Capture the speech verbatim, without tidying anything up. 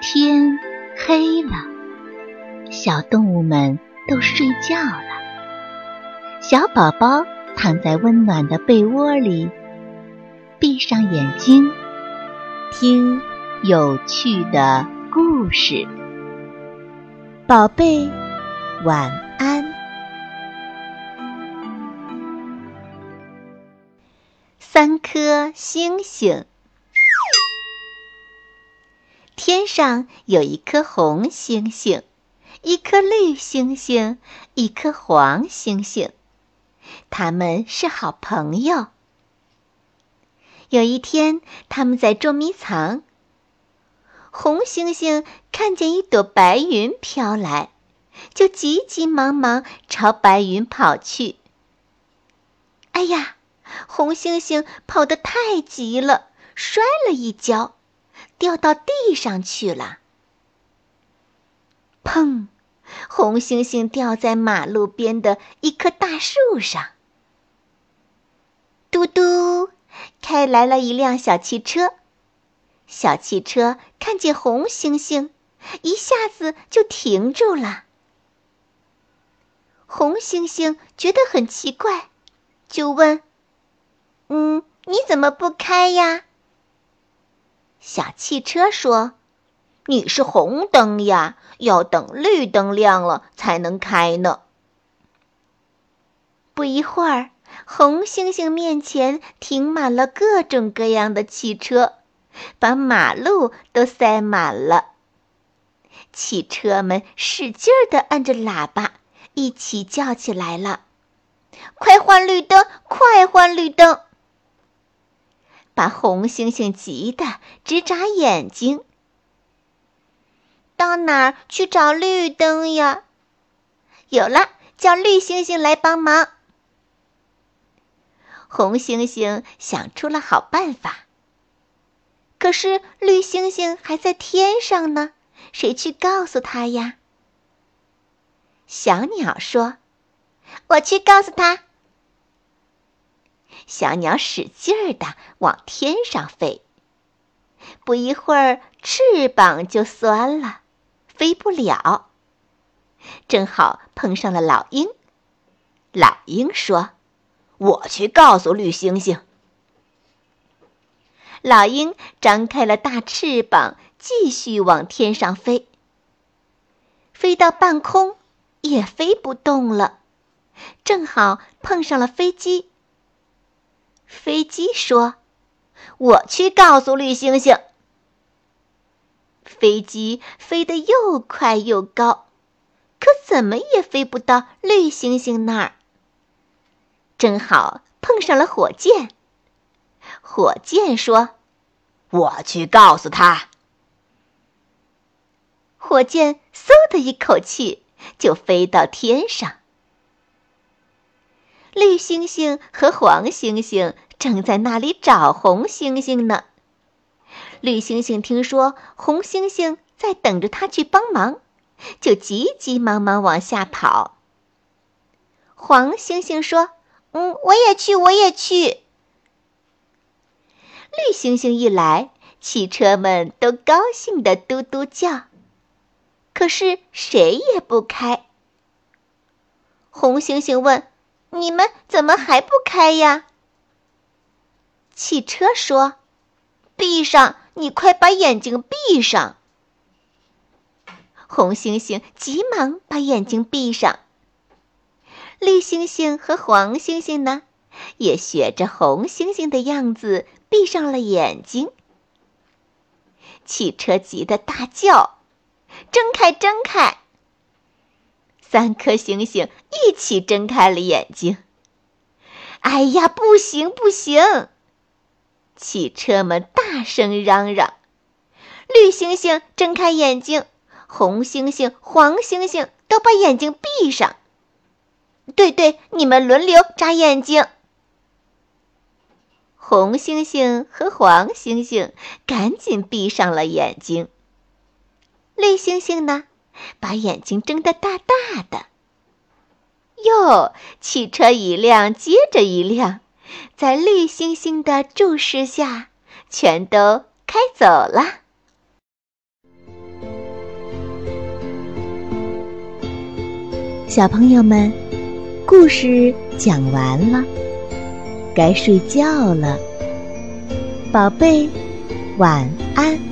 天黑了，小动物们都睡觉了。小宝宝躺在温暖的被窝里，闭上眼睛，听有趣的故事。宝贝，晚安。三颗星星。天上有一颗红星星，一颗绿星星，一颗黄星星，他们是好朋友。有一天，他们在捉迷藏，红星星看见一朵白云飘来，就急急忙忙朝白云跑去。哎呀，红星星跑得太急了，摔了一跤，掉到地上去了。砰！红星星掉在马路边的一棵大树上。嘟嘟，开来了一辆小汽车。小汽车看见红星星，一下子就停住了。红星星觉得很奇怪，就问：嗯，你怎么不开呀？小汽车说：你是红灯呀，要等绿灯亮了才能开呢。不一会儿，红星星面前停满了各种各样的汽车，把马路都塞满了。汽车们使劲地按着喇叭，一起叫起来了：快换绿灯，快换绿灯！把红星星急得直眨眼睛。到哪儿去找绿灯呀？有了，叫绿星星来帮忙。红星星想出了好办法，可是绿星星还在天上呢，谁去告诉他呀？小鸟说：我去告诉他。小鸟使劲儿地往天上飞，不一会儿翅膀就酸了，飞不了。正好碰上了老鹰。老鹰说：我去告诉绿星星。老鹰张开了大翅膀，继续往天上飞。飞到半空，也飞不动了，正好碰上了飞机。飞机说：我去告诉绿星星。飞机飞得又快又高，可怎么也飞不到绿星星那儿。正好碰上了火箭。火箭说：我去告诉他。火箭嗖的一口气就飞到天上。绿星星和黄星星正在那里找红星星呢。绿星星听说红星星在等着他去帮忙，就急急忙忙往下跑。黄星星说：嗯，我也去，我也去。绿星星一来，汽车们都高兴地嘟嘟叫，可是谁也不开。红星星问：你们怎么还不开呀？汽车说：闭上，你快把眼睛闭上。红星星急忙把眼睛闭上。绿星星和黄星星呢，也学着红星星的样子闭上了眼睛。汽车急得大叫：睁开，睁开！三颗星星一起睁开了眼睛。哎呀，不行不行！汽车们大声嚷嚷。绿星星睁开眼睛，红星星、黄星星都把眼睛闭上。对对，你们轮流眨眼睛。红星星和黄星星赶紧闭上了眼睛。绿星星呢，把眼睛睁得大大的。哟，汽车一辆接着一辆，在绿星星的注视下，全都开走了。 小朋友们，故事讲完了，该睡觉了，宝贝，晚安。